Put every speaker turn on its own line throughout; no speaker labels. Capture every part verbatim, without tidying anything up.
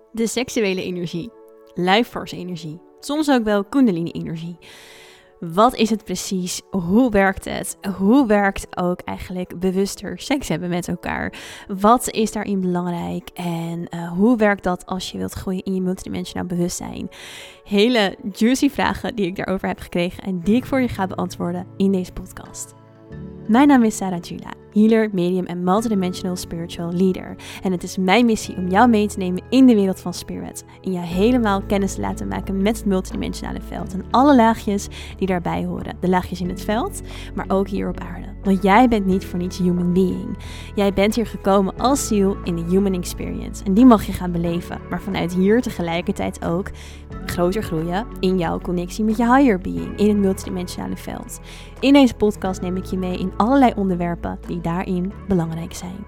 De seksuele energie, life force energie, soms ook wel kundalini energie. Wat is het precies? Hoe werkt het? Hoe werkt ook eigenlijk bewuster seks hebben met elkaar? Wat is daarin belangrijk? En uh, hoe werkt dat als je wilt groeien in je multidimensionaal bewustzijn? Hele juicy vragen die ik daarover heb gekregen en die ik voor je ga beantwoorden in deze podcast. Mijn naam is Sarah Jula, healer, medium en multidimensional spiritual leader. En het is mijn missie om jou mee te nemen in de wereld van spirit. En jou helemaal kennis te laten maken met het multidimensionale veld. En alle laagjes die daarbij horen. De laagjes in het veld, maar ook hier op aarde. Want jij bent niet voor niets human being. Jij bent hier gekomen als ziel in de human experience. En die mag je gaan beleven. Maar vanuit hier tegelijkertijd ook groter groeien in jouw connectie met je higher being. In het multidimensionale veld. In deze podcast neem ik je mee in allerlei onderwerpen die daarin belangrijk zijn.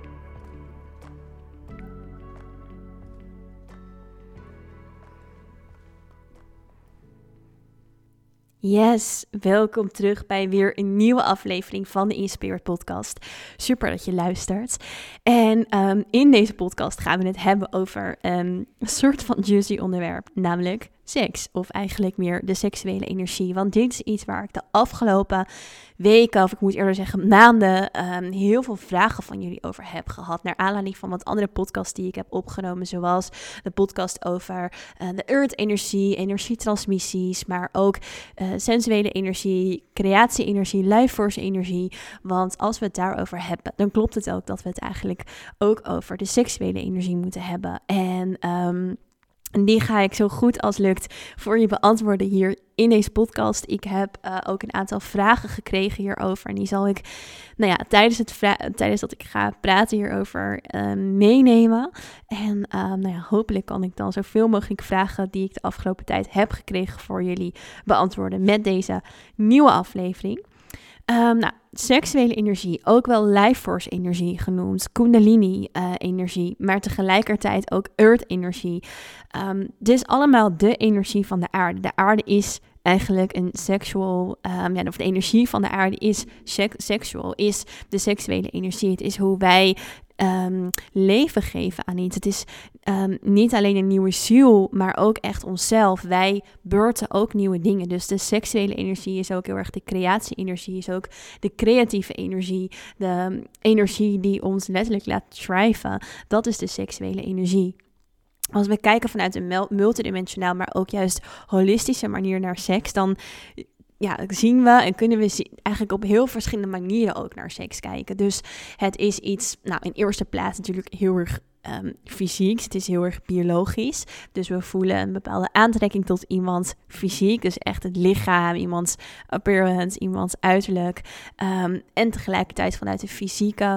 Yes, welkom terug bij weer een nieuwe aflevering van de Inspired Podcast. Super dat je luistert. En um, in deze podcast gaan we het hebben over um, een soort van juicy onderwerp, namelijk seks. Of eigenlijk meer de seksuele energie. Want dit is iets waar ik de afgelopen weken, of ik moet eerder zeggen maanden, um, heel veel vragen van jullie over heb gehad. Naar aanleiding van wat andere podcasts die ik heb opgenomen. Zoals de podcast over uh, de earth-energie, energietransmissies. Maar ook uh, sensuele energie, creatie-energie, life force-energie. Want als we het daarover hebben, dan klopt het ook dat we het eigenlijk ook over de seksuele energie moeten hebben. En Um, En die ga ik zo goed als lukt voor je beantwoorden hier in deze podcast. Ik heb uh, ook een aantal vragen gekregen hierover. En die zal ik nou ja, tijdens, het vra- tijdens dat ik ga praten hierover uh, meenemen. En uh, nou ja, hopelijk kan ik dan zoveel mogelijk vragen die ik de afgelopen tijd heb gekregen voor jullie beantwoorden met deze nieuwe aflevering. Um, nou, seksuele energie, ook wel life force energie genoemd, kundalini uh, energie, maar tegelijkertijd ook earth energie. Um, dit is allemaal de energie van de aarde. De aarde is eigenlijk een sexual, um, ja, of de energie van de aarde is sek- sexual, is de seksuele energie. Het is hoe wij Um, leven geven aan iets. Het is um, niet alleen een nieuwe ziel, maar ook echt onszelf. Wij beurten ook nieuwe dingen. Dus de seksuele energie is ook heel erg de creatie-energie, is ook de creatieve energie, de um, energie die ons letterlijk laat thriven. Dat is de seksuele energie. Als we kijken vanuit een multidimensionaal, maar ook juist holistische manier naar seks, dan ja, zien we en kunnen we zien, eigenlijk op heel verschillende manieren ook naar seks kijken. Dus het is iets, nou in eerste plaats natuurlijk heel erg um, fysiek. Het is heel erg biologisch. Dus we voelen een bepaalde aantrekking tot iemands fysiek. Dus echt het lichaam, iemands appearance, iemands uiterlijk. Um, en tegelijkertijd vanuit de fysieke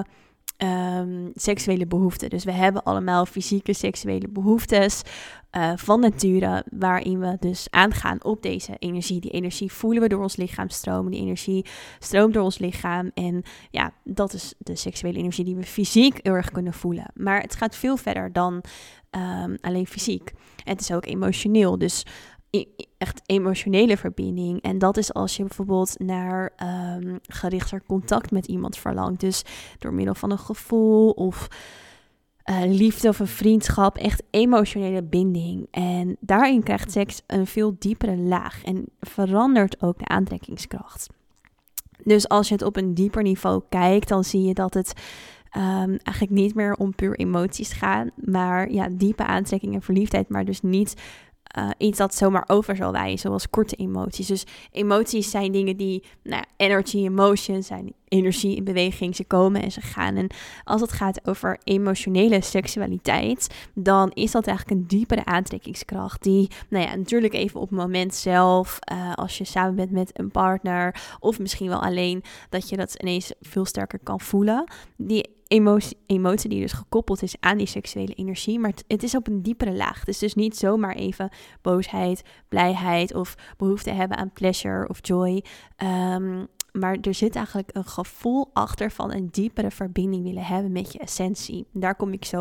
Um, seksuele behoeften. Dus we hebben allemaal fysieke seksuele behoeftes uh, van nature, waarin we dus aangaan op deze energie. Die energie voelen we door ons lichaam stromen. Die energie stroomt door ons lichaam. En ja, dat is de seksuele energie die we fysiek heel erg kunnen voelen. Maar het gaat veel verder dan um, alleen fysiek. Het is ook emotioneel. Dus echt emotionele verbinding. En dat is als je bijvoorbeeld naar um, gerichter contact met iemand verlangt. Dus door middel van een gevoel of uh, liefde of een vriendschap. Echt emotionele binding. En daarin krijgt seks een veel diepere laag. En verandert ook de aantrekkingskracht. Dus als je het op een dieper niveau kijkt, dan zie je dat het Um, eigenlijk niet meer om puur emoties gaat. Maar ja, diepe aantrekking en verliefdheid. Maar dus niet Uh, iets dat zomaar over zal wijzen, zoals korte emoties. Dus emoties zijn dingen die, nou ja, energy, emotions, zijn energie in beweging. Ze komen en ze gaan. En als het gaat over emotionele seksualiteit, dan is dat eigenlijk een diepere aantrekkingskracht. Die, nou ja, natuurlijk even op het moment zelf, uh, als je samen bent met een partner, of misschien wel alleen, dat je dat ineens veel sterker kan voelen. Die Emotie, emotie die dus gekoppeld is aan die seksuele energie. Maar het, het is op een diepere laag. Het is dus niet zomaar even boosheid, blijheid of behoefte hebben aan pleasure of joy. Um, maar er zit eigenlijk een gevoel achter van een diepere verbinding willen hebben met je essentie. Daar kom ik zo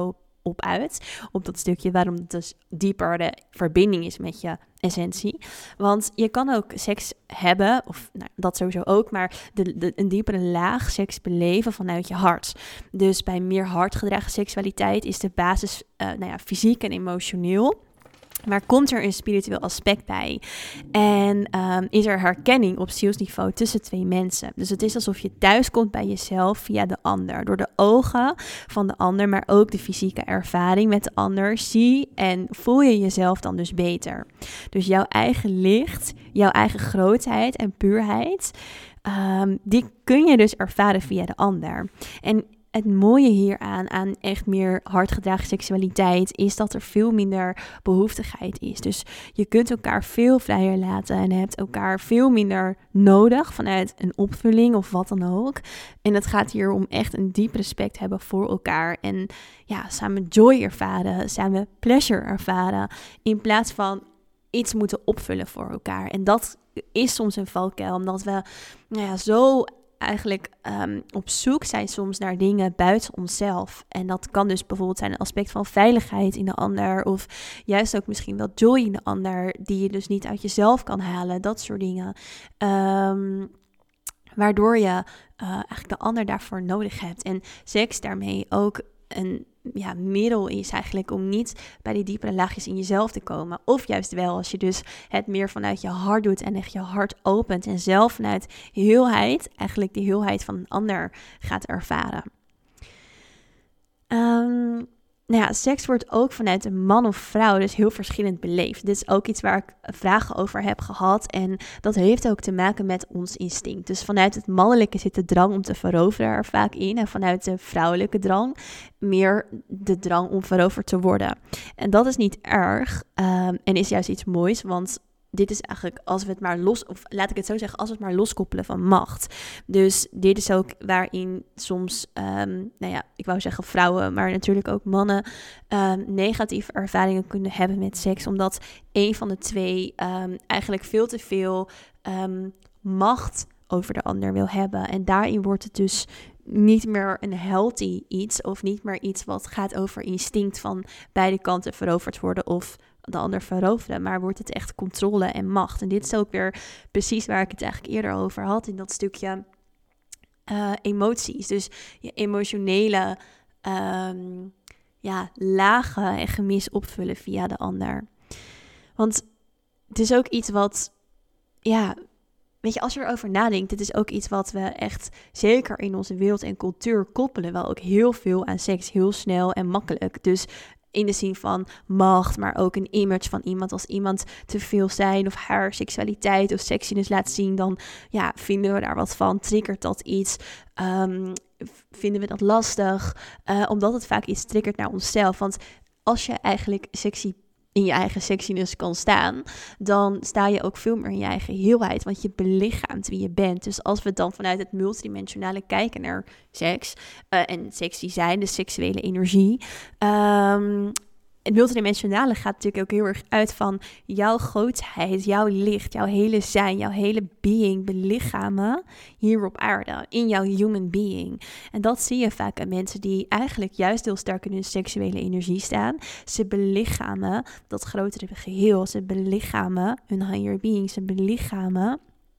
op uit. Op dat stukje waarom het dus dieper de verbinding is met je essentie. Want je kan ook seks hebben, of nou, dat sowieso ook, maar de, de, een diepere laag seks beleven vanuit je hart. Dus bij meer hartgedragen seksualiteit is de basis uh, nou ja, fysiek en emotioneel. Maar komt er een spiritueel aspect bij? En um, is er herkenning op zielsniveau tussen twee mensen? Dus het is alsof je thuiskomt bij jezelf via de ander. Door de ogen van de ander, maar ook de fysieke ervaring met de ander. Zie en voel je jezelf dan dus beter. Dus jouw eigen licht, jouw eigen grootheid en puurheid, um, die kun je dus ervaren via de ander. En het mooie hieraan, aan echt meer hardgedragen seksualiteit, is dat er veel minder behoeftigheid is. Dus je kunt elkaar veel vrijer laten en hebt elkaar veel minder nodig vanuit een opvulling of wat dan ook. En het gaat hier om echt een diep respect hebben voor elkaar en ja, samen joy ervaren, samen pleasure ervaren, in plaats van iets moeten opvullen voor elkaar. En dat is soms een valkuil, omdat we nou ja, zo eigenlijk um, op zoek zijn soms naar dingen buiten onszelf. En dat kan dus bijvoorbeeld zijn een aspect van veiligheid in de ander, of juist ook misschien wel joy in de ander, die je dus niet uit jezelf kan halen, dat soort dingen. Um, waardoor je uh, eigenlijk de ander daarvoor nodig hebt. En seks daarmee ook een ja, middel is eigenlijk om niet bij die diepere laagjes in jezelf te komen. Of juist wel, als je dus het meer vanuit je hart doet en echt je hart opent en zelf vanuit heelheid, eigenlijk de heelheid van een ander gaat ervaren. Um, nou ja, seks wordt ook vanuit een man of vrouw dus heel verschillend beleefd. Dit is ook iets waar ik vragen over heb gehad. En dat heeft ook te maken met ons instinct. Dus vanuit het mannelijke zit de drang om te veroveren er vaak in. En vanuit de vrouwelijke drang meer de drang om veroverd te worden. En dat is niet erg um, en is juist iets moois, want dit is eigenlijk, als we het maar los, of laat ik het zo zeggen, als we het maar loskoppelen van macht. Dus dit is ook waarin soms, um, nou ja, ik wou zeggen vrouwen, maar natuurlijk ook mannen, um, negatieve ervaringen kunnen hebben met seks. Omdat een van de twee um, eigenlijk veel te veel um, macht over de ander wil hebben. En daarin wordt het dus niet meer een healthy iets, of niet meer iets wat gaat over instinct van beide kanten veroverd worden of de ander veroveren, maar wordt het echt controle en macht. En dit is ook weer precies waar ik het eigenlijk eerder over had, in dat stukje uh, emoties. Dus je emotionele um, ja, lagen en gemis opvullen via de ander. Want het is ook iets wat, ja, weet je, als je erover nadenkt, het is ook iets wat we echt, zeker in onze wereld en cultuur, koppelen wel ook heel veel aan seks, heel snel en makkelijk. Dus in de zin van macht, maar ook een image van iemand. Als iemand te veel zijn of haar seksualiteit of sexiness laat zien, dan ja, vinden we daar wat van. Triggert dat iets? Um, vinden we dat lastig? Uh, omdat het vaak iets triggert naar onszelf. Want als je eigenlijk sexy in je eigen sexiness kan staan, dan sta je ook veel meer in je eigen heelheid, want je belichaamt wie je bent. Dus als we dan vanuit het multidimensionale kijken naar seks uh, en sexy zijn, de seksuele energie, um, het multidimensionale gaat natuurlijk ook heel erg uit van jouw grootheid, jouw licht, jouw hele zijn, jouw hele being belichamen hier op aarde, in jouw human being. En dat zie je vaak aan mensen die eigenlijk juist heel sterk in hun seksuele energie staan. Ze belichamen dat grotere geheel, ze belichamen hun higher being, ze belichamen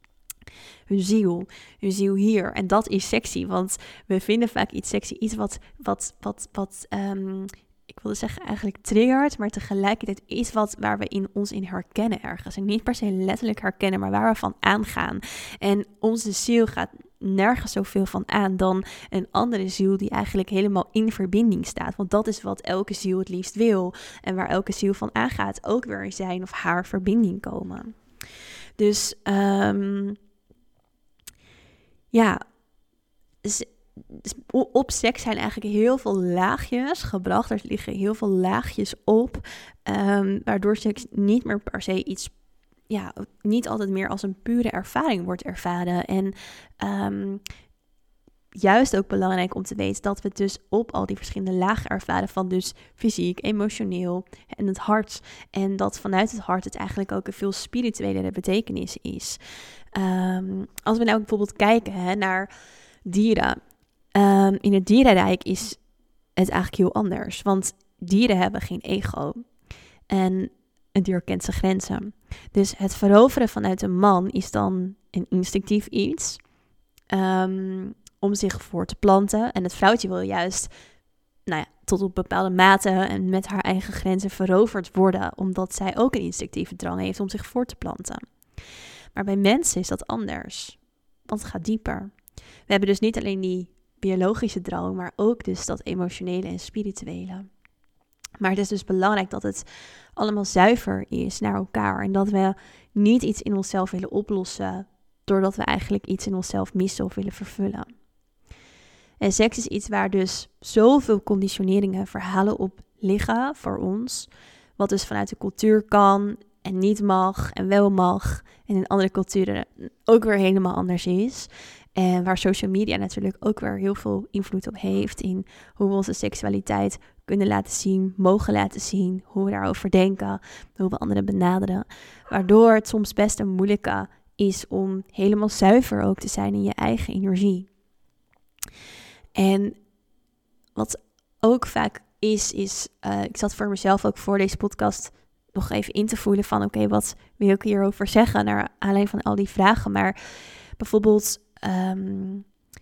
hun ziel, hun ziel hier. En dat is sexy, want we vinden vaak iets sexy, iets wat, wat, wat, wat, um, ik wilde zeggen eigenlijk triggert, maar tegelijkertijd iets wat waar we in ons in herkennen ergens. En niet per se letterlijk herkennen, maar waar we van aangaan. En onze ziel gaat nergens zoveel van aan dan een andere ziel die eigenlijk helemaal in verbinding staat. Want dat is wat elke ziel het liefst wil. En waar elke ziel van aangaat, ook weer zijn of haar verbinding komen. Dus um, ja, op seks zijn eigenlijk heel veel laagjes gebracht. Er liggen heel veel laagjes op, um, waardoor seks niet meer per se iets, ja, niet altijd meer als een pure ervaring wordt ervaren. En um, juist ook belangrijk om te weten dat we dus op al die verschillende lagen ervaren van dus fysiek, emotioneel en het hart. En dat vanuit het hart het eigenlijk ook een veel spirituelere betekenis is. Um, als we nou bijvoorbeeld kijken hè, naar dieren. Um, in het dierenrijk is het eigenlijk heel anders. Want dieren hebben geen ego. En een dier kent zijn grenzen. Dus het veroveren vanuit een man is dan een instinctief iets. Um, om zich voor te planten. En het vrouwtje wil juist, nou ja, tot op bepaalde mate en met haar eigen grenzen veroverd worden. Omdat zij ook een instinctieve drang heeft om zich voor te planten. Maar bij mensen is dat anders. Want het gaat dieper. We hebben dus niet alleen die biologische drang, maar ook dus dat emotionele en spirituele. Maar het is dus belangrijk dat het allemaal zuiver is naar elkaar. En dat we niet iets in onszelf willen oplossen, doordat we eigenlijk iets in onszelf missen of willen vervullen. En seks is iets waar dus zoveel conditioneringen, verhalen op liggen voor ons. Wat dus vanuit de cultuur kan en niet mag en wel mag. En in andere culturen ook weer helemaal anders is. En waar social media natuurlijk ook weer heel veel invloed op heeft in hoe we onze seksualiteit kunnen laten zien, mogen laten zien, hoe we daarover denken, hoe we anderen benaderen. Waardoor het soms best een moeilijke is om helemaal zuiver ook te zijn in je eigen energie. En wat ook vaak is, is, uh, ik zat voor mezelf ook voor deze podcast nog even in te voelen van, oké, okay, wat wil ik hierover zeggen, naar aanleiding van al die vragen. Maar bijvoorbeeld, um,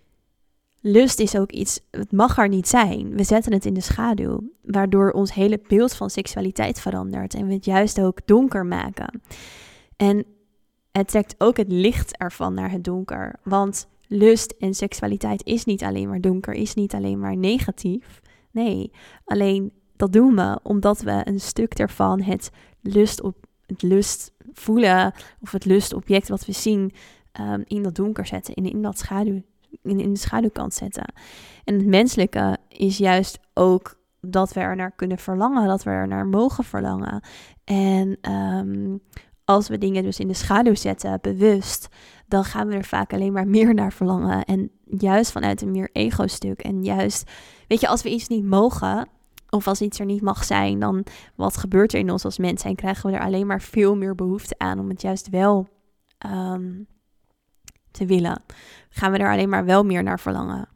lust is ook iets, het mag er niet zijn. We zetten het in de schaduw, waardoor ons hele beeld van seksualiteit verandert en we het juist ook donker maken. En het trekt ook het licht ervan naar het donker, want lust en seksualiteit is niet alleen maar donker, is niet alleen maar negatief. Nee, alleen dat doen we omdat we een stuk ervan het lust op het lust voelen of het lustobject wat we zien um, in dat donker zetten, in, in dat schaduw, in, in de schaduwkant zetten. En het menselijke is juist ook dat we er naar kunnen verlangen, dat we er naar mogen verlangen. En um, als we dingen dus in de schaduw zetten, bewust, dan gaan we er vaak alleen maar meer naar verlangen. En juist vanuit een meer ego-stuk. En juist, weet je, als we iets niet mogen, of als iets er niet mag zijn, dan wat gebeurt er in ons als mens? En krijgen we er alleen maar veel meer behoefte aan om het juist wel um, te willen. Gaan we er alleen maar wel meer naar verlangen.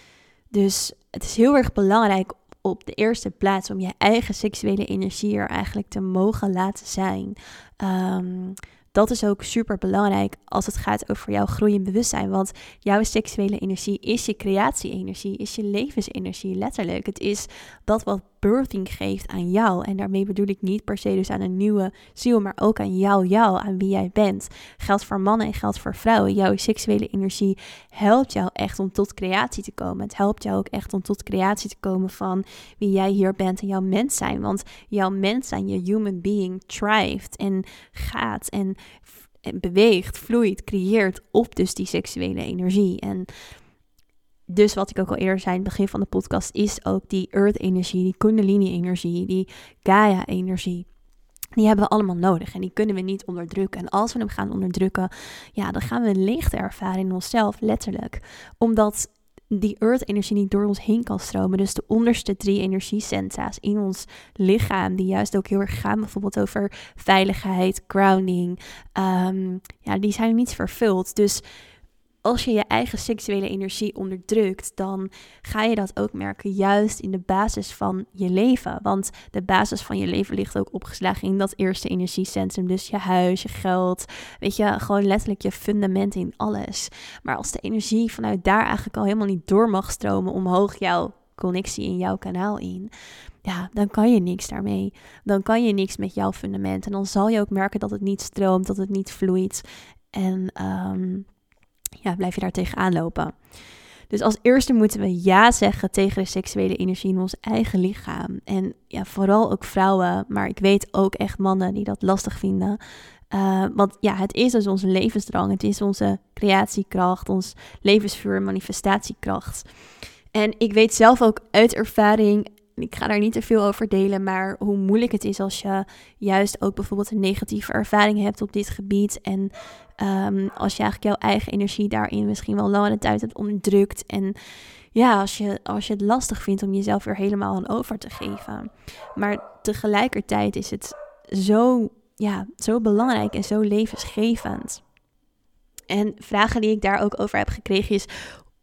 Dus het is heel erg belangrijk op de eerste plaats om je eigen seksuele energie er eigenlijk te mogen laten zijn. Um, dat is ook super belangrijk als het gaat over jouw groei en bewustzijn. Want jouw seksuele energie is je creatie-energie, is je levensenergie, letterlijk. Het is dat wat birthing geeft aan jou. En daarmee bedoel ik niet per se dus aan een nieuwe ziel, maar ook aan jou, jou, aan wie jij bent. Geldt voor mannen en geldt voor vrouwen. Jouw seksuele energie helpt jou echt om tot creatie te komen. Het helpt jou ook echt om tot creatie te komen van wie jij hier bent en jouw mens zijn. Want jouw mens zijn, je human being, thrived en gaat en En beweegt, vloeit, creëert op dus die seksuele energie. En dus wat ik ook al eerder zei in het begin van de podcast, is ook die earth-energie, die kundalini-energie, die Gaia-energie. Die hebben we allemaal nodig en die kunnen we niet onderdrukken. En als we hem gaan onderdrukken, ja, dan gaan we een leegte ervaren in onszelf, letterlijk. Omdat die earth-energie niet door ons heen kan stromen. Dus de onderste drie energiecentra's in ons lichaam, die juist ook heel erg gaan bijvoorbeeld over veiligheid, grounding, um, ja, die zijn niet vervuld. Dus als je je eigen seksuele energie onderdrukt, dan ga je dat ook merken juist in de basis van je leven. Want de basis van je leven ligt ook opgeslagen in dat eerste energiecentrum. Dus je huis, je geld, weet je, gewoon letterlijk je fundament in alles. Maar als de energie vanuit daar eigenlijk al helemaal niet door mag stromen omhoog jouw connectie in jouw kanaal in, ja, dan kan je niks daarmee. Dan kan je niks met jouw fundament. En dan zal je ook merken dat het niet stroomt, dat het niet vloeit. En um, ja, blijf je daar tegenaan lopen. Dus als eerste moeten we ja zeggen tegen de seksuele energie in ons eigen lichaam. En ja, vooral ook vrouwen, maar ik weet ook echt mannen die dat lastig vinden. Uh, want ja, het is dus onze levensdrang. Het is onze creatiekracht, ons levensvuur, manifestatiekracht. En ik weet zelf ook uit ervaring, ik ga daar niet te veel over delen, maar hoe moeilijk het is als je juist ook bijvoorbeeld een negatieve ervaring hebt op dit gebied. En um, als je eigenlijk jouw eigen energie daarin misschien wel langere tijd hebt onderdrukt. En ja, als je, als je het lastig vindt om jezelf weer helemaal aan over te geven. Maar tegelijkertijd is het zo, ja, zo belangrijk en zo levensgevend. En vragen die ik daar ook over heb gekregen is,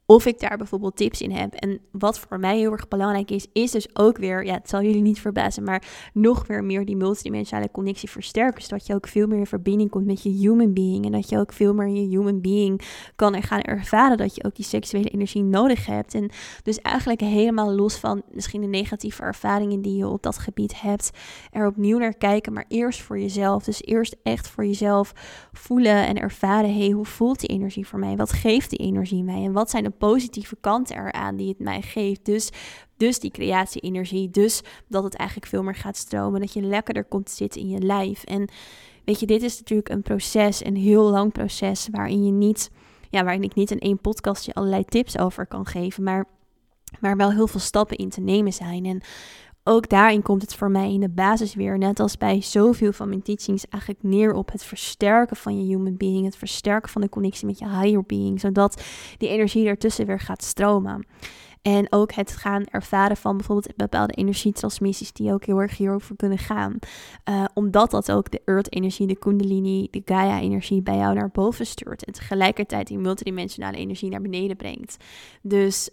of ik daar bijvoorbeeld tips in heb. En wat voor mij heel erg belangrijk is, is dus ook weer, ja, het zal jullie niet verbazen, maar nog weer meer die multidimensionale connectie versterken. Zodat je ook veel meer in verbinding komt met je human being. En dat je ook veel meer je human being kan er gaan ervaren dat je ook die seksuele energie nodig hebt. En dus eigenlijk helemaal los van misschien de negatieve ervaringen die je op dat gebied hebt, er opnieuw naar kijken, maar eerst voor jezelf. Dus eerst echt voor jezelf voelen en ervaren, hey, hoe voelt die energie voor mij? Wat geeft die energie mij? En wat zijn de positieve kanten eraan die het mij geeft? Dus, dus die creatie-energie, dus dat het eigenlijk veel meer gaat stromen, dat je lekkerder komt te zitten in je lijf. En weet je, dit is natuurlijk een proces, een heel lang proces, waarin je niet, ja, waarin ik niet in één podcastje allerlei tips over kan geven, maar waar wel heel veel stappen in te nemen zijn. En ook daarin komt het voor mij in de basis weer, net als bij zoveel van mijn teachings, eigenlijk neer op het versterken van je human being, het versterken van de connectie met je higher being, zodat die energie ertussen weer gaat stromen. En ook het gaan ervaren van bijvoorbeeld bepaalde energietransmissies die ook heel erg hierover kunnen gaan. Uh, omdat dat ook de earth-energie, de kundalini, de Gaia-energie bij jou naar boven stuurt. En tegelijkertijd die multidimensionale energie naar beneden brengt. Dus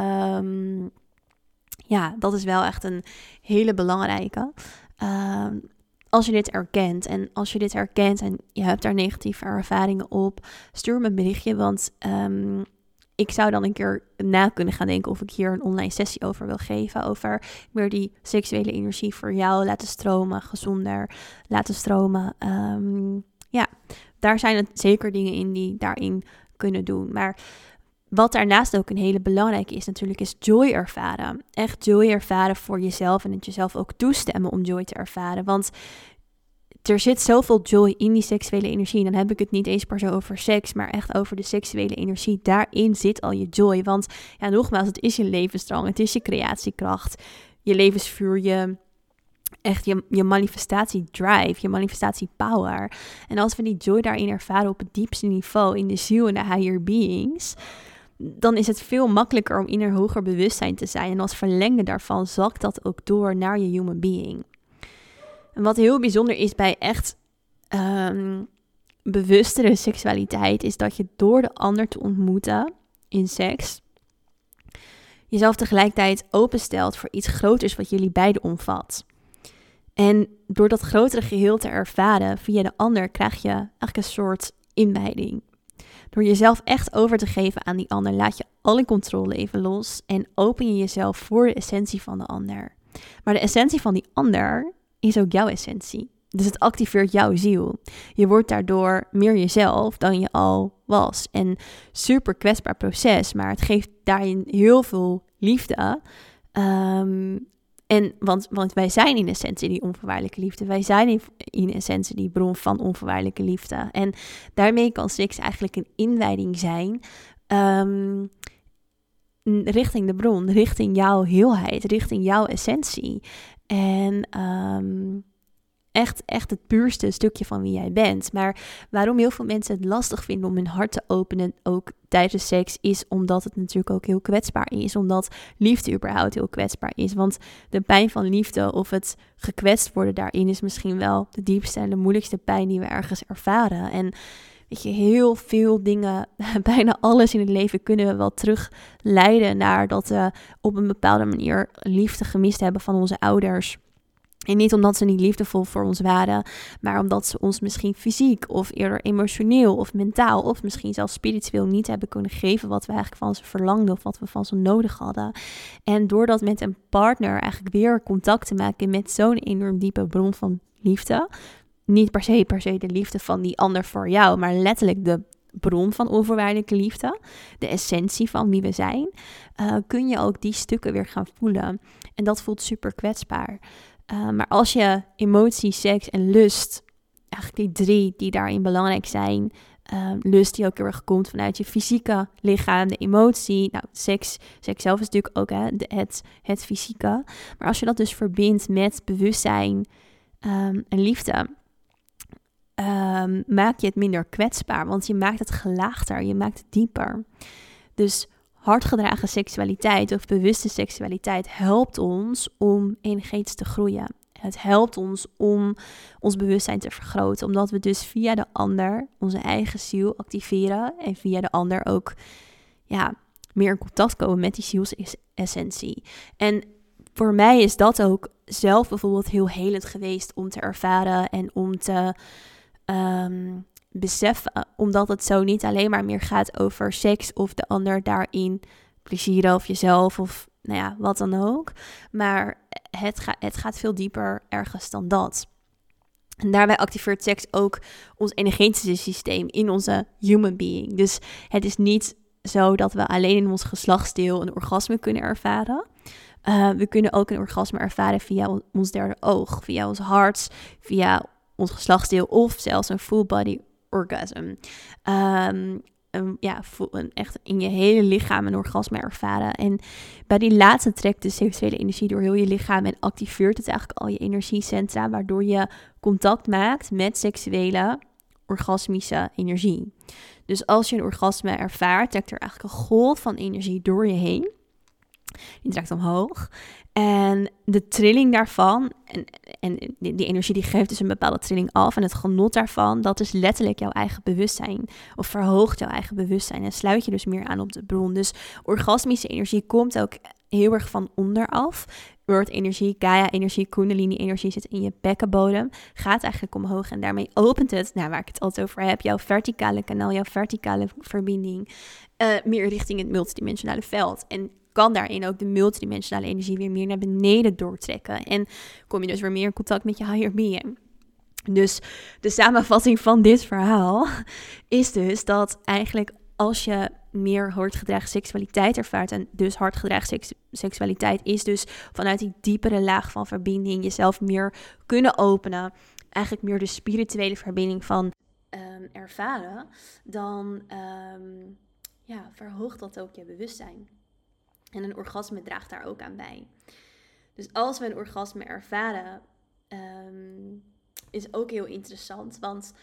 um, ja, dat is wel echt een hele belangrijke. Uh, als je dit erkent en als je dit herkent en je hebt daar negatieve ervaringen op, stuur me een berichtje, want Um, ik zou dan een keer na kunnen gaan denken of ik hier een online sessie over wil geven. Over meer die seksuele energie voor jou laten stromen, gezonder laten stromen. Um, ja, daar zijn het zeker dingen in die daarin kunnen doen. Maar wat daarnaast ook een hele belangrijke is natuurlijk, is joy ervaren. Echt joy ervaren voor jezelf en het jezelf ook toestemmen om joy te ervaren. Want er zit zoveel joy in die seksuele energie. Dan heb ik het niet eens per se over seks, maar echt over de seksuele energie. Daarin zit al je joy. Want ja, nogmaals, het is je levensdrang. Het is je creatiekracht. Je levensvuur, je, echt je, je manifestatie drive, je manifestatie power. En als we die joy daarin ervaren op het diepste niveau, in de ziel en de higher beings, dan is het veel makkelijker om in een hoger bewustzijn te zijn. En als verlengde daarvan zakt dat ook door naar je human being. En wat heel bijzonder is bij echt um, bewustere seksualiteit, is dat je door de ander te ontmoeten in seks, jezelf tegelijkertijd openstelt voor iets groters wat jullie beiden omvat. En door dat grotere geheel te ervaren via de ander, krijg je eigenlijk een soort inwijding. Door jezelf echt over te geven aan die ander, laat je alle controle even los en open je jezelf voor de essentie van de ander. Maar de essentie van die ander is ook jouw essentie. Dus het activeert jouw ziel. Je wordt daardoor meer jezelf dan je al was. En super kwetsbaar proces, maar het geeft daarin heel veel liefde. Um, en want, want wij zijn in essentie die onvoorwaardelijke liefde. Wij zijn in, in essentie die bron van onvoorwaardelijke liefde. En daarmee kan seks eigenlijk een inwijding zijn Um, richting de bron, richting jouw heelheid, richting jouw essentie. En um, echt, echt het puurste stukje van wie jij bent. Maar waarom heel veel mensen het lastig vinden om hun hart te openen, ook tijdens seks, is omdat het natuurlijk ook heel kwetsbaar is. Omdat liefde überhaupt heel kwetsbaar is. Want de pijn van liefde of het gekwetst worden daarin is misschien wel de diepste en de moeilijkste pijn die we ergens ervaren. En weet je, heel veel dingen, bijna alles in het leven kunnen we wel terugleiden naar dat we op een bepaalde manier liefde gemist hebben van onze ouders. En niet omdat ze niet liefdevol voor ons waren, maar omdat ze ons misschien fysiek of eerder emotioneel of mentaal of misschien zelfs spiritueel niet hebben kunnen geven wat we eigenlijk van ze verlangden of wat we van ze nodig hadden. En door dat met een partner eigenlijk weer contact te maken met zo'n enorm diepe bron van liefde, niet per se per se de liefde van die ander voor jou, maar letterlijk de bron van onvoorwaardelijke liefde, de essentie van wie we zijn, uh, kun je ook die stukken weer gaan voelen. En dat voelt super kwetsbaar. Uh, maar als je emotie, seks en lust, eigenlijk die drie die daarin belangrijk zijn, uh, lust die ook heel erg komt vanuit je fysieke lichaam, de emotie, nou seks, seks zelf is natuurlijk ook hè, de, het, het fysieke. Maar als je dat dus verbindt met bewustzijn um, en liefde, um, maak je het minder kwetsbaar, want je maakt het gelaagder, je maakt het dieper. Dus hardgedragen seksualiteit of bewuste seksualiteit helpt ons om energetisch te groeien. Het helpt ons om ons bewustzijn te vergroten, omdat we dus via de ander onze eigen ziel activeren en via de ander ook ja, meer in contact komen met die zielsessentie. En voor mij is dat ook zelf bijvoorbeeld heel helend geweest om te ervaren en om te um, beseffen. Omdat het zo niet alleen maar meer gaat over seks of de ander daarin plezieren of jezelf of nou ja, wat dan ook. Maar het, ga, het gaat veel dieper ergens dan dat. En daarbij activeert seks ook ons energetische systeem in onze human being. Dus het is niet zo dat we alleen in ons geslachtsdeel een orgasme kunnen ervaren. Uh, we kunnen ook een orgasme ervaren via ons derde oog, via ons hart, via ons geslachtsdeel of zelfs een full body orgasm. Um, um, ja, een, echt in je hele lichaam een orgasme ervaren. En bij die laatste trekt de seksuele energie door heel je lichaam en activeert het eigenlijk al je energiecentra, waardoor je contact maakt met seksuele orgasmische energie. Dus als je een orgasme ervaart, trekt er eigenlijk een golf van energie door je heen. Die trekt omhoog. En de trilling daarvan, en, en die, die energie die geeft dus een bepaalde trilling af. En het genot daarvan, dat is letterlijk jouw eigen bewustzijn. Of verhoogt jouw eigen bewustzijn. En sluit je dus meer aan op de bron. Dus orgasmische energie komt ook heel erg van onderaf. Earth-energie, Gaia-energie, Kundalini-energie zit in je bekkenbodem. Gaat eigenlijk omhoog en daarmee opent het, nou, waar ik het altijd over heb, jouw verticale kanaal, jouw verticale verbinding, uh, meer richting het multidimensionale veld. En kan daarin ook de multidimensionale energie weer meer naar beneden doortrekken. En kom je dus weer meer in contact met je higher being. Dus de samenvatting van dit verhaal is dus dat eigenlijk als je meer hardgedragen seksualiteit ervaart, en dus hardgedragen seks- seksualiteit is dus vanuit die diepere laag van verbinding jezelf meer kunnen openen, eigenlijk meer de spirituele verbinding van um, ervaren, dan um, ja, verhoogt dat ook je bewustzijn. En een orgasme draagt daar ook aan bij. Dus als we een orgasme ervaren, um, is ook heel interessant, want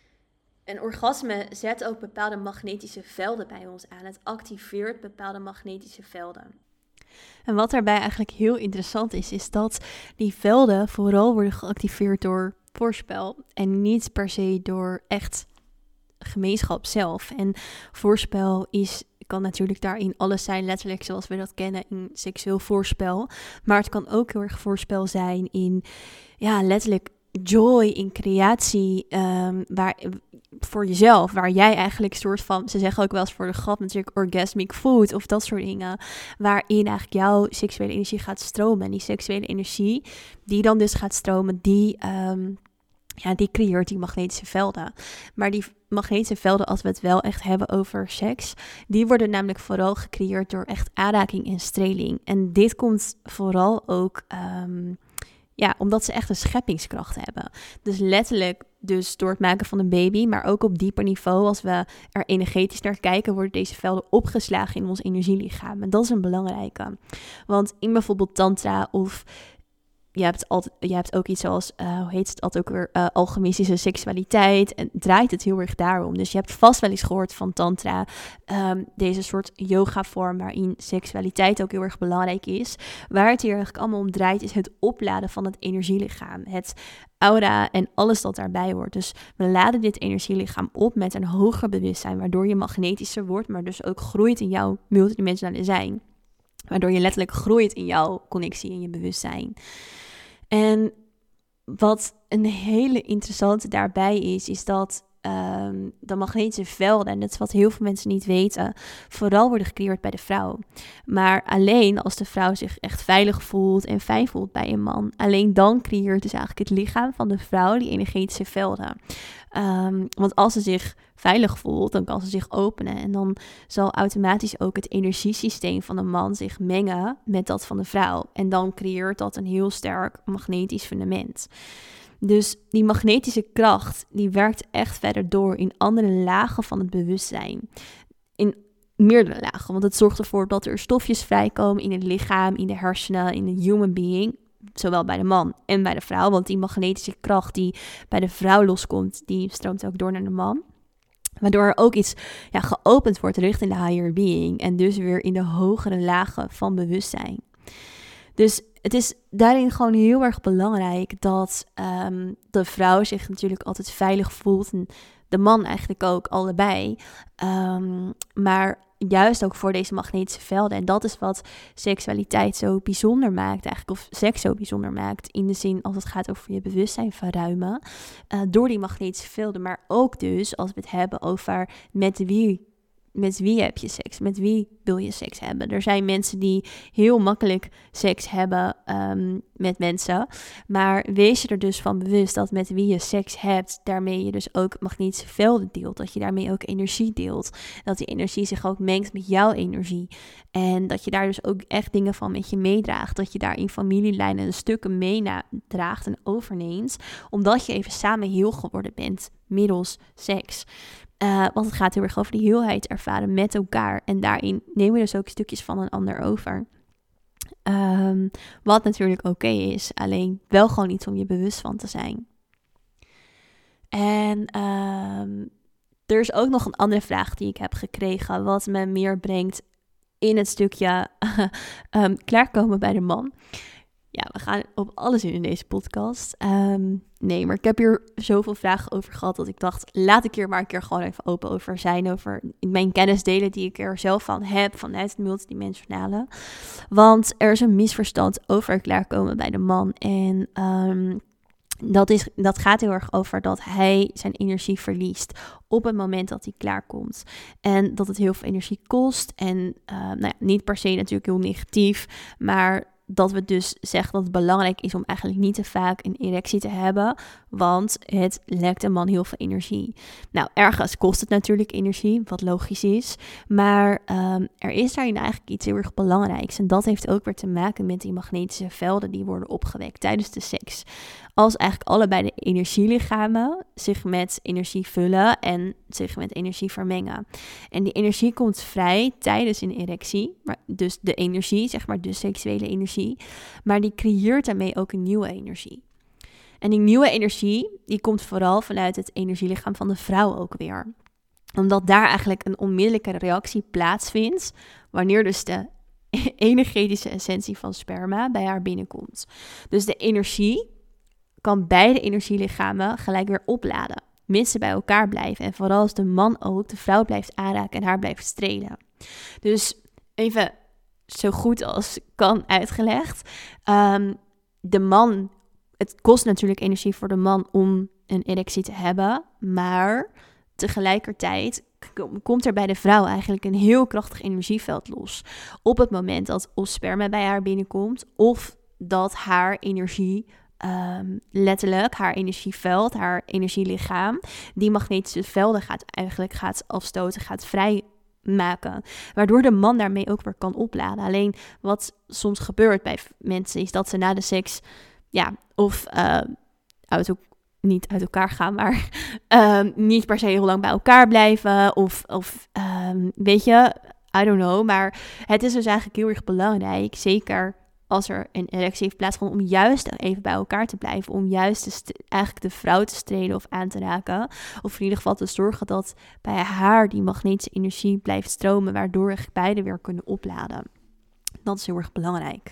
een orgasme zet ook bepaalde magnetische velden bij ons aan. Het activeert bepaalde magnetische velden. En wat daarbij eigenlijk heel interessant is, is dat die velden vooral worden geactiveerd door voorspel en niet per se door echt gemeenschap zelf. En voorspel is, kan natuurlijk daarin alles zijn, letterlijk zoals we dat kennen in seksueel voorspel. Maar het kan ook heel erg voorspel zijn in, ja, letterlijk joy, in creatie, um, waar, voor jezelf, waar jij eigenlijk soort van, ze zeggen ook wel eens voor de grap natuurlijk orgasmic food of dat soort dingen, waarin eigenlijk jouw seksuele energie gaat stromen. En die seksuele energie, die dan dus gaat stromen, die, um, ja, die creëert die magnetische velden. Maar die magnetische velden, als we het wel echt hebben over seks, die worden namelijk vooral gecreëerd door echt aanraking en streling. En dit komt vooral ook Um, Ja, omdat ze echt een scheppingskracht hebben. Dus letterlijk dus door het maken van een baby, maar ook op dieper niveau, als we er energetisch naar kijken, worden deze velden opgeslagen in ons energielichaam. En dat is een belangrijke. Want in bijvoorbeeld tantra of je hebt, altijd, je hebt ook iets zoals, uh, hoe heet het altijd ook weer, uh, alchemistische seksualiteit. En draait het heel erg daarom. Dus je hebt vast wel eens gehoord van tantra. Um, deze soort yoga vorm waarin seksualiteit ook heel erg belangrijk is. Waar het hier eigenlijk allemaal om draait is het opladen van het energielichaam. Het aura en alles dat daarbij hoort. Dus we laden dit energielichaam op met een hoger bewustzijn. Waardoor je magnetischer wordt, maar dus ook groeit in jouw multidimensionale zijn. Waardoor je letterlijk groeit in jouw connectie en je bewustzijn. En wat een hele interessante daarbij is, is dat um, de magnetische velden, en dat is wat heel veel mensen niet weten, vooral worden gecreëerd bij de vrouw. Maar alleen als de vrouw zich echt veilig voelt en fijn voelt bij een man, alleen dan creëert dus eigenlijk het lichaam van de vrouw die energetische velden. Um, want als ze zich veilig voelt, dan kan ze zich openen. En dan zal automatisch ook het energiesysteem van een man zich mengen met dat van de vrouw. En dan creëert dat een heel sterk magnetisch fundament. Dus die magnetische kracht, die werkt echt verder door in andere lagen van het bewustzijn. In meerdere lagen, want het zorgt ervoor dat er stofjes vrijkomen in het lichaam, in de hersenen, in de human being. Zowel bij de man en bij de vrouw. Want die magnetische kracht die bij de vrouw loskomt, die stroomt ook door naar de man. Waardoor er ook iets ja, geopend wordt richting de higher being. En dus weer in de hogere lagen van bewustzijn. Dus het is daarin gewoon heel erg belangrijk dat um, de vrouw zich natuurlijk altijd veilig voelt. En de man eigenlijk ook, allebei. Um, maar juist ook voor deze magnetische velden. En dat is wat seksualiteit zo bijzonder maakt eigenlijk. Of seks zo bijzonder maakt. In de zin als het gaat over je bewustzijn verruimen. Uh, door die magnetische velden. Maar ook dus als we het hebben over met wie... Met wie heb je seks? Met wie wil je seks hebben? Er zijn mensen die heel makkelijk seks hebben um, met mensen. Maar wees je er dus van bewust dat met wie je seks hebt, daarmee je dus ook magnetische velden deelt. Dat je daarmee ook energie deelt. Dat die energie zich ook mengt met jouw energie. En dat je daar dus ook echt dingen van met je meedraagt. Dat je daar in familielijnen een stukken meedraagt en overneemt. Omdat je even samen heel geworden bent middels seks. Uh, want het gaat heel erg over die heelheid ervaren met elkaar. En daarin nemen we dus ook stukjes van een ander over. Um, wat natuurlijk oké okay is. Alleen wel gewoon iets om je bewust van te zijn. En um, er is ook nog een andere vraag die ik heb gekregen. Wat me meer brengt in het stukje um, klaarkomen bij de man. Ja, we gaan op alles in in deze podcast. Um, nee, maar ik heb hier zoveel vragen over gehad dat ik dacht, laat ik hier maar een keer gewoon even open over zijn. Over mijn kennis delen die ik er zelf van heb, vanuit het multidimensionale. Want er is een misverstand over klaarkomen bij de man. En um, dat, is, dat gaat heel erg over dat hij zijn energie verliest op het moment dat hij klaarkomt. En dat het heel veel energie kost. En uh, nou ja, niet per se natuurlijk heel negatief, maar dat we dus zeggen dat het belangrijk is om eigenlijk niet te vaak een erectie te hebben, want het lekt een man heel veel energie. Nou, ergens kost het natuurlijk energie, wat logisch is, maar um, er is daarin eigenlijk iets heel erg belangrijks. En dat heeft ook weer te maken met die magnetische velden die worden opgewekt tijdens de seks. Als eigenlijk allebei de energielichamen zich met energie vullen en zich met energie vermengen. En die energie komt vrij tijdens een erectie, maar dus de energie, zeg maar de seksuele energie, maar die creëert daarmee ook een nieuwe energie. En die nieuwe energie, die komt vooral vanuit het energielichaam van de vrouw ook weer. Omdat daar eigenlijk een onmiddellijke reactie plaatsvindt, wanneer dus de energetische essentie van sperma bij haar binnenkomt. Dus de energie kan beide energielichamen gelijk weer opladen, mits ze bij elkaar blijven. En vooral als de man ook de vrouw blijft aanraken en haar blijft strelen. Dus even zo goed als kan uitgelegd. Um, de man, het kost natuurlijk energie voor de man om een erectie te hebben, maar tegelijkertijd komt er bij de vrouw eigenlijk een heel krachtig energieveld los. Op het moment dat of sperma bij haar binnenkomt, of dat haar energie, um, letterlijk haar energieveld, haar energielichaam, die magnetische velden gaat eigenlijk gaat afstoten, gaat vrij maken, waardoor de man daarmee ook weer kan opladen. Alleen wat soms gebeurt bij mensen is dat ze na de seks, ja, of uh, uit, niet uit elkaar gaan, maar uh, niet per se heel lang bij elkaar blijven, of, of um, weet je, I don't know, maar het is dus eigenlijk heel erg belangrijk, zeker als er een erectie heeft plaatsgevonden, om juist even bij elkaar te blijven, om juist de st- eigenlijk de vrouw te strelen of aan te raken, of in ieder geval te zorgen dat bij haar die magnetische energie blijft stromen, waardoor we beide weer kunnen opladen. Dat is heel erg belangrijk.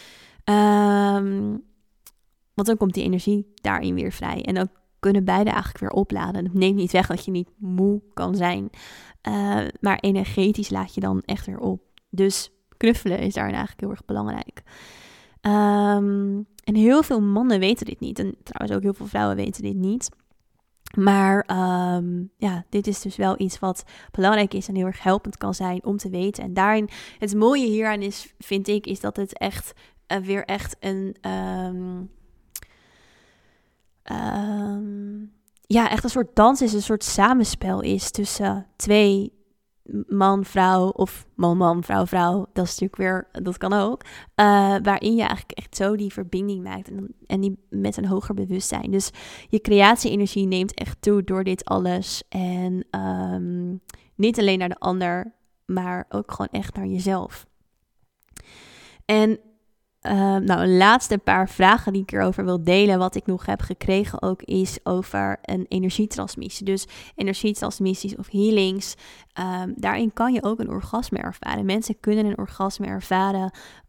Um, want dan komt die energie daarin weer vrij. En dan kunnen beide eigenlijk weer opladen. Dat neemt niet weg dat je niet moe kan zijn. Uh, maar energetisch laat je dan echt weer op. Dus knuffelen is daarin eigenlijk heel erg belangrijk. Um, en heel veel mannen weten dit niet. En trouwens ook heel veel vrouwen weten dit niet. Maar um, ja, dit is dus wel iets wat belangrijk is en heel erg helpend kan zijn om te weten. En daarin, het mooie hieraan is, vind ik, is dat het echt uh, weer echt een Um, Um, ja, echt een soort dans is, een soort samenspel is tussen twee, man, vrouw of man, man, vrouw, vrouw. Dat is natuurlijk weer, dat kan ook. Uh, waarin je eigenlijk echt zo die verbinding maakt en, en die met een hoger bewustzijn. Dus je creatie-energie neemt echt toe door dit alles. En um, niet alleen naar de ander, maar ook gewoon echt naar jezelf. En Uh, nou, een laatste paar vragen die ik erover wil delen, wat ik nog heb gekregen ook, is over een energietransmissie. Dus energietransmissies of healings, um, daarin kan je ook een orgasme ervaren. Mensen kunnen een orgasme ervaren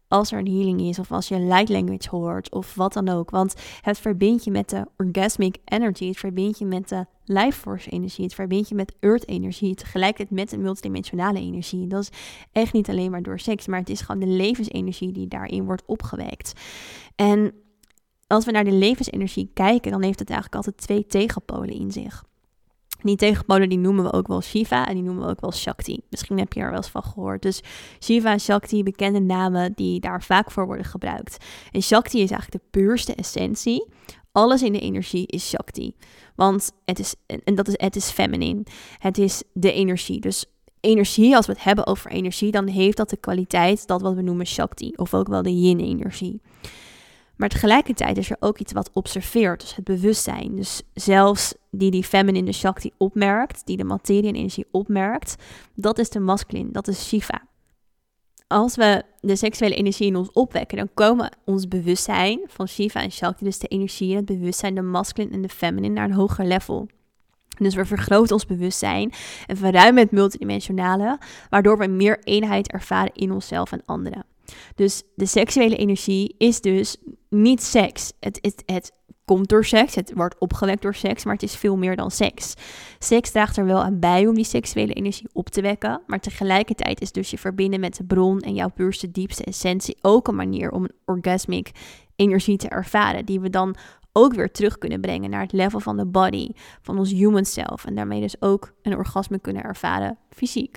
als er een healing is of als je light language hoort of wat dan ook. Want het verbindt je met de orgasmic energy, het verbindt je met de life force energie, het verbindt je met earth energie, tegelijkertijd met de multidimensionale energie. Dat is echt niet alleen maar door seks, maar het is gewoon de levensenergie die daarin wordt opgewekt. En als we naar de levensenergie kijken, dan heeft het eigenlijk altijd twee tegenpolen in zich. Die tegenpolen die noemen we ook wel Shiva en die noemen we ook wel Shakti. Misschien heb je er wel eens van gehoord. Dus Shiva en Shakti, bekende namen die daar vaak voor worden gebruikt. En Shakti is eigenlijk de puurste essentie. Alles in de energie is Shakti. Want het is, en dat is, het is feminine. Het is de energie. Dus energie, als we het hebben over energie, dan heeft dat de kwaliteit, dat wat we noemen Shakti. Of ook wel de yin-energie. Maar tegelijkertijd is er ook iets wat observeert, dus het bewustzijn. Dus zelfs die die feminine Shakti opmerkt, die de materie en energie opmerkt, dat is de masculine, dat is Shiva. Als we de seksuele energie in ons opwekken, dan komen ons bewustzijn van Shiva en Shakti, dus de energie en het bewustzijn, de masculine en de feminine, naar een hoger level. Dus we vergroten ons bewustzijn en verruimen het multidimensionale, waardoor we meer eenheid ervaren in onszelf en anderen. Dus de seksuele energie is dus niet seks. Het, het, het komt door seks, het wordt opgewekt door seks, maar het is veel meer dan seks. Seks draagt er wel aan bij om die seksuele energie op te wekken, maar tegelijkertijd is dus je verbinden met de bron en jouw puurste diepste essentie ook een manier om een orgasmic energie te ervaren, die we dan ook weer terug kunnen brengen naar het level van de body, van ons human self, en daarmee dus ook een orgasme kunnen ervaren fysiek.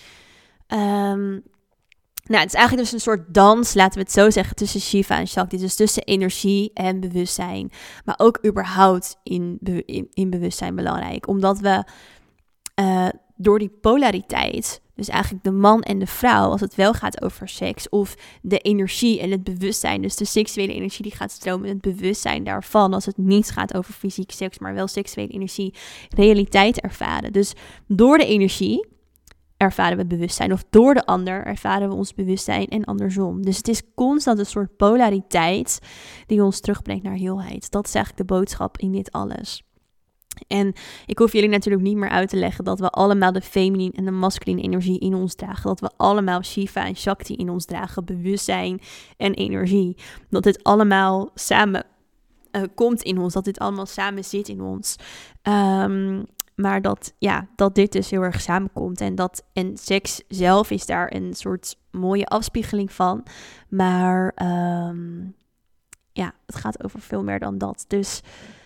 Um, Nou, het is eigenlijk dus een soort dans, laten we het zo zeggen, tussen Shiva en Shakti. Dus tussen energie en bewustzijn. Maar ook überhaupt in, be- in, in bewustzijn belangrijk. Omdat we uh, door die polariteit, dus eigenlijk de man en de vrouw, als het wel gaat over seks, of de energie en het bewustzijn, dus de seksuele energie die gaat stromen, het bewustzijn daarvan, als het niet gaat over fysiek seks, maar wel seksuele energie, realiteit ervaren. Dus door de energie ervaren we het bewustzijn, of door de ander ervaren we ons bewustzijn en andersom. Dus het is constant een soort polariteit die ons terugbrengt naar heelheid. Dat is eigenlijk de boodschap in dit alles. En ik hoef jullie natuurlijk niet meer uit te leggen dat we allemaal de feminine en de masculine energie in ons dragen. Dat we allemaal Shiva en Shakti in ons dragen, bewustzijn en energie. Dat dit allemaal samen uh, komt in ons, dat dit allemaal samen zit in ons. Um, Maar dat, ja, dat dit dus heel erg samenkomt. En, dat, en seks zelf is daar een soort mooie afspiegeling van. Maar um, ja, het gaat over veel meer dan dat. Dus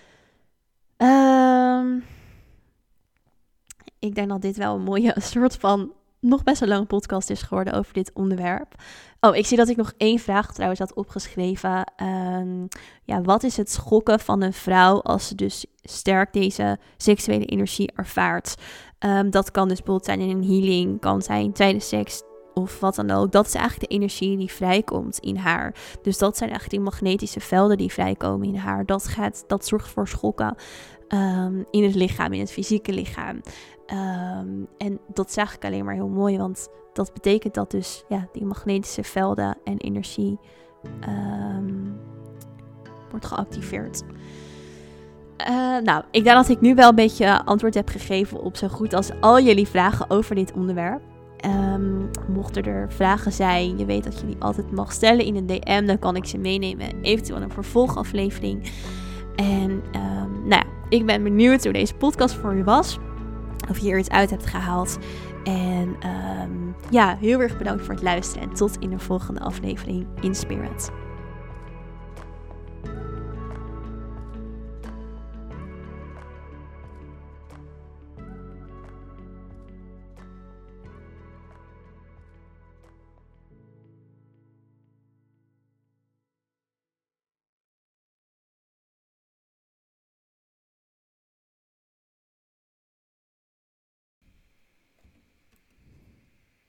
um, ik denk dat dit wel een mooie soort van nog best een lange podcast is geworden over dit onderwerp. Oh, ik zie dat ik nog één vraag trouwens had opgeschreven. Um, ja, wat is het schokken van een vrouw als ze dus sterk deze seksuele energie ervaart? Um, dat kan dus bijvoorbeeld zijn in een healing, kan zijn tijdens seks of wat dan ook. Dat is eigenlijk de energie die vrijkomt in haar. Dus dat zijn eigenlijk die magnetische velden die vrijkomen in haar. Dat, gaat, dat zorgt voor schokken um, in het lichaam, in het fysieke lichaam. Um, en dat is eigenlijk alleen maar heel mooi, want dat betekent dat dus ja, die magnetische velden en energie um, wordt geactiveerd. Uh, nou, ik denk dat ik nu wel een beetje antwoord heb gegeven op zo goed als al jullie vragen over dit onderwerp. Um, mochten er vragen zijn, je weet dat je die altijd mag stellen in een D M, dan kan ik ze meenemen, eventueel een vervolgaflevering. En um, nou ja, ik ben benieuwd hoe deze podcast voor je was. Of je er iets uit hebt gehaald. En um, ja, heel erg bedankt voor het luisteren. En tot in de volgende aflevering in Spirit.